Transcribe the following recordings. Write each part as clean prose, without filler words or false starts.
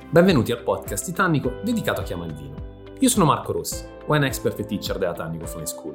Benvenuti al podcast di Tannico dedicato a chi ama il vino. Io sono Marco Rossi, wine expert e teacher della Tannico Fine School.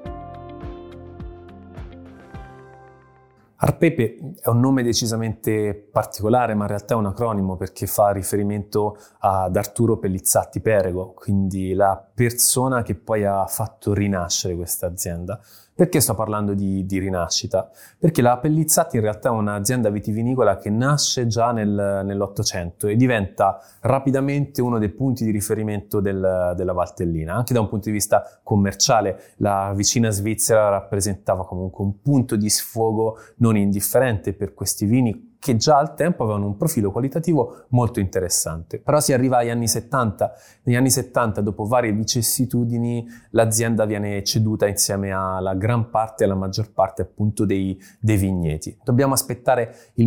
Arpepe è un nome decisamente particolare, ma in realtà è un acronimo perché fa riferimento ad Arturo Pellizzatti Perego, quindi la persona che poi ha fatto rinascere questa azienda. Perché sto parlando di rinascita? Perché la Pellizzatti in realtà è un'azienda vitivinicola che nasce già nell'Ottocento e diventa rapidamente uno dei punti di riferimento della Valtellina. Anche da un punto di vista commerciale, la vicina Svizzera rappresentava comunque un punto di sfogo non indifferente per questi vini che già al tempo avevano un profilo qualitativo molto interessante. Però si arriva agli anni 70. Negli anni 70, dopo varie vicissitudini, l'azienda viene ceduta insieme alla gran parte e alla maggior parte appunto dei vigneti. Dobbiamo aspettare il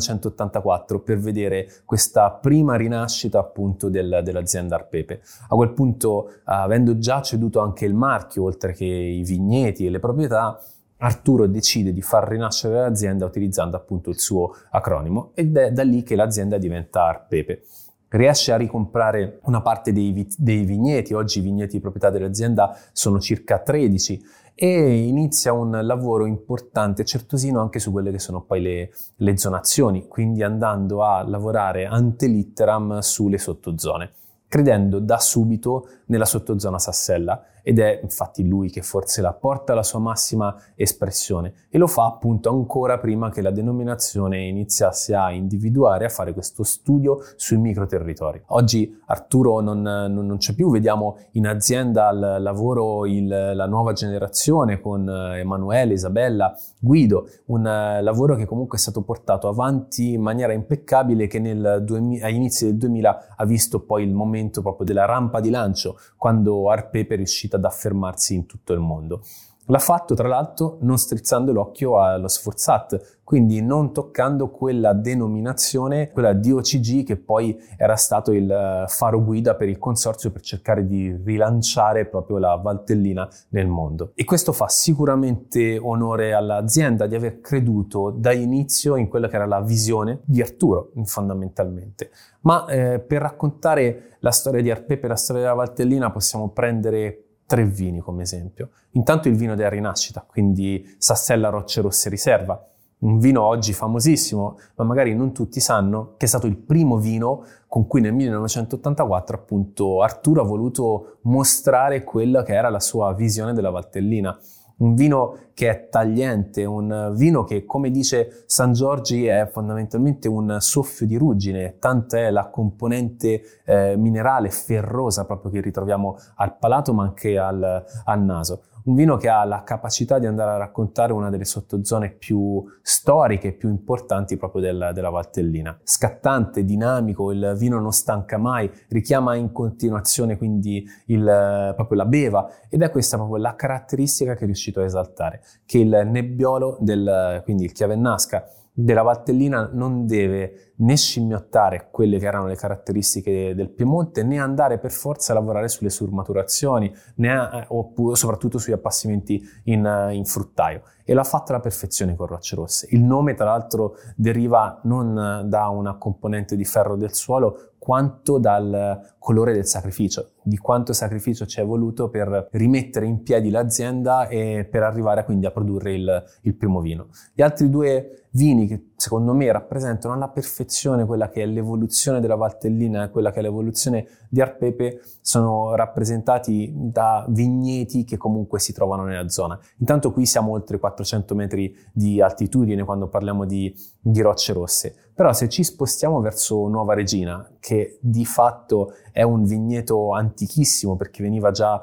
1984 per vedere questa prima rinascita appunto dell'azienda Arpepe. A quel punto, avendo già ceduto anche il marchio, oltre che i vigneti e le proprietà, Arturo decide di far rinascere l'azienda utilizzando appunto il suo acronimo ed è da lì che l'azienda diventa Arpepe. Riesce a ricomprare una parte dei vigneti, oggi i vigneti di proprietà dell'azienda sono circa 13 e inizia un lavoro importante, certosino anche su quelle che sono poi le zonazioni, quindi andando a lavorare ante litteram sulle sottozone, credendo da subito nella sottozona Sassella, ed è infatti lui che forse la porta alla sua massima espressione e lo fa appunto ancora prima che la denominazione iniziasse a individuare, a fare questo studio sui microterritori. Oggi Arturo non c'è più, vediamo in azienda al lavoro la nuova generazione con Emanuele, Isabella, Guido, un lavoro che comunque è stato portato avanti in maniera impeccabile, che agli inizi del 2000 ha visto poi il momento proprio della rampa di lancio, quando Arpepe è riuscita ad affermarsi in tutto il mondo. L'ha fatto tra l'altro non strizzando l'occhio allo Sforzat, quindi non toccando quella denominazione, quella DOCG che poi era stato il faro guida per il consorzio per cercare di rilanciare proprio la Valtellina nel mondo. E questo fa sicuramente onore all'azienda di aver creduto da inizio in quella che era la visione di Arturo, fondamentalmente. Ma per raccontare la storia di Arpepe e la storia della Valtellina possiamo prendere 3 vini come esempio. Intanto il vino della rinascita, quindi Sassella Rocce Rosse Riserva, un vino oggi famosissimo, ma magari non tutti sanno che è stato il primo vino con cui nel 1984 appunto Arturo ha voluto mostrare quella che era la sua visione della Valtellina. Un vino che è tagliente, un vino che, come dice San Giorgi, è fondamentalmente un soffio di ruggine, tanta è la componente minerale ferrosa proprio che ritroviamo al palato ma anche al naso. Un vino che ha la capacità di andare a raccontare una delle sottozone più storiche, più importanti proprio della Valtellina. Scattante, dinamico, il vino non stanca mai, richiama in continuazione quindi proprio la beva, ed è questa proprio la caratteristica che è riuscito a esaltare, che il nebbiolo, quindi il chiavennasca della Valtellina, non deve né scimmiottare quelle che erano le caratteristiche del Piemonte, né andare per forza a lavorare sulle surmaturazioni, oppure soprattutto sugli appassimenti in fruttaio. E l'ha fatto alla perfezione con Rocce Rosse. Il nome, tra l'altro, deriva non da una componente di ferro del suolo, quanto dal colore del sacrificio, di quanto sacrificio ci è voluto per rimettere in piedi l'azienda e per arrivare quindi a produrre il primo vino. Gli altri 2 vini che secondo me rappresentano alla perfezione quella che è l'evoluzione della Valtellina e quella che è l'evoluzione di Arpepe sono rappresentati da vigneti che comunque si trovano nella zona. Intanto qui siamo oltre 400 metri di altitudine quando parliamo di Rocce Rosse, però se ci spostiamo verso Nuova Regina, che di fatto è un vigneto antichissimo perché veniva già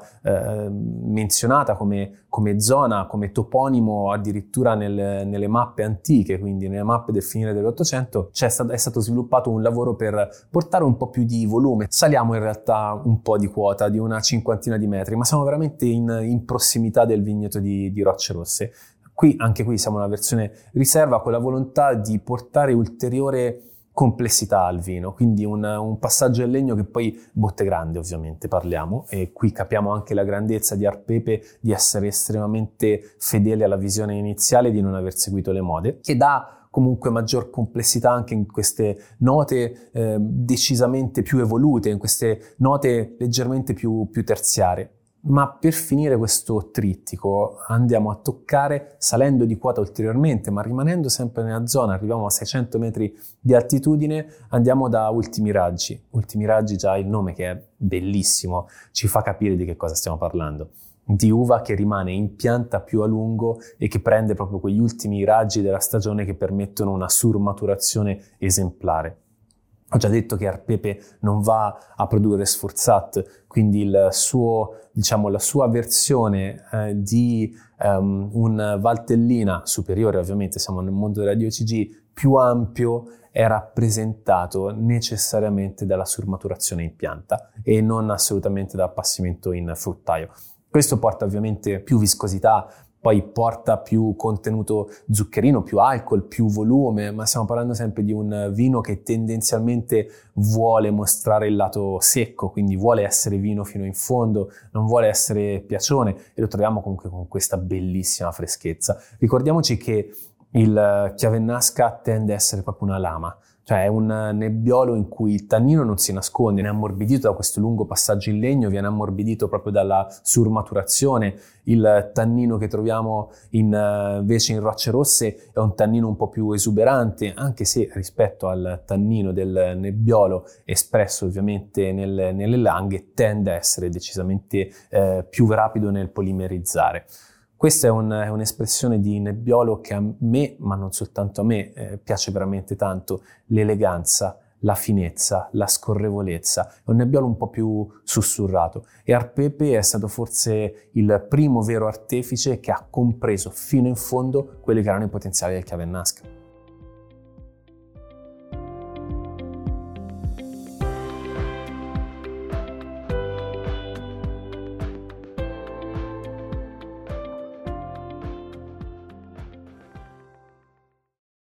menzionata come zona, come toponimo addirittura nelle mappe antiche, quindi nelle mappe del finire dell'Ottocento, è stato sviluppato un lavoro per portare un po' più di volume. Saliamo in realtà un po' di quota, di una 50 di metri, ma siamo veramente in prossimità del vigneto di Rocce Rosse. Anche qui siamo una versione riserva con la volontà di portare ulteriore complessità al vino, quindi un passaggio in legno che poi botte grande ovviamente parliamo, e qui capiamo anche la grandezza di Arpepe di essere estremamente fedele alla visione iniziale, di non aver seguito le mode, che dà comunque maggior complessità anche in queste note decisamente più evolute, in queste note leggermente più terziarie. Ma per finire questo trittico andiamo a toccare, salendo di quota ulteriormente, ma rimanendo sempre nella zona, arriviamo a 600 metri di altitudine, andiamo da Ultimi Raggi. Ultimi Raggi, già il nome che è bellissimo, ci fa capire di che cosa stiamo parlando. Di uva che rimane in pianta più a lungo e che prende proprio quegli ultimi raggi della stagione che permettono una surmaturazione esemplare. Ho già detto che Arpepe non va a produrre sforzat, quindi la sua versione di un Valtellina superiore, ovviamente siamo nel mondo della DOCG, più ampio, è rappresentato necessariamente dalla surmaturazione in pianta e non assolutamente da appassimento in fruttaio. Questo porta ovviamente più viscosità, poi porta più contenuto zuccherino, più alcol, più volume, ma stiamo parlando sempre di un vino che tendenzialmente vuole mostrare il lato secco, quindi vuole essere vino fino in fondo, non vuole essere piacione, e lo troviamo comunque con questa bellissima freschezza. Ricordiamoci che il Chiavennasca tende a essere proprio una lama, cioè è un nebbiolo in cui il tannino non si nasconde, viene ammorbidito da questo lungo passaggio in legno, viene ammorbidito proprio dalla surmaturazione. Il tannino che troviamo invece in Rocce Rosse è un tannino un po' più esuberante, anche se rispetto al tannino del nebbiolo espresso ovviamente nelle langhe tende a essere decisamente più rapido nel polimerizzare. Questa è un'espressione di nebbiolo che a me, ma non soltanto a me, piace veramente tanto: l'eleganza, la finezza, la scorrevolezza. È un nebbiolo un po' più sussurrato, e Arpepe è stato forse il primo vero artefice che ha compreso fino in fondo quelli che erano i potenziali del Chiavennasca.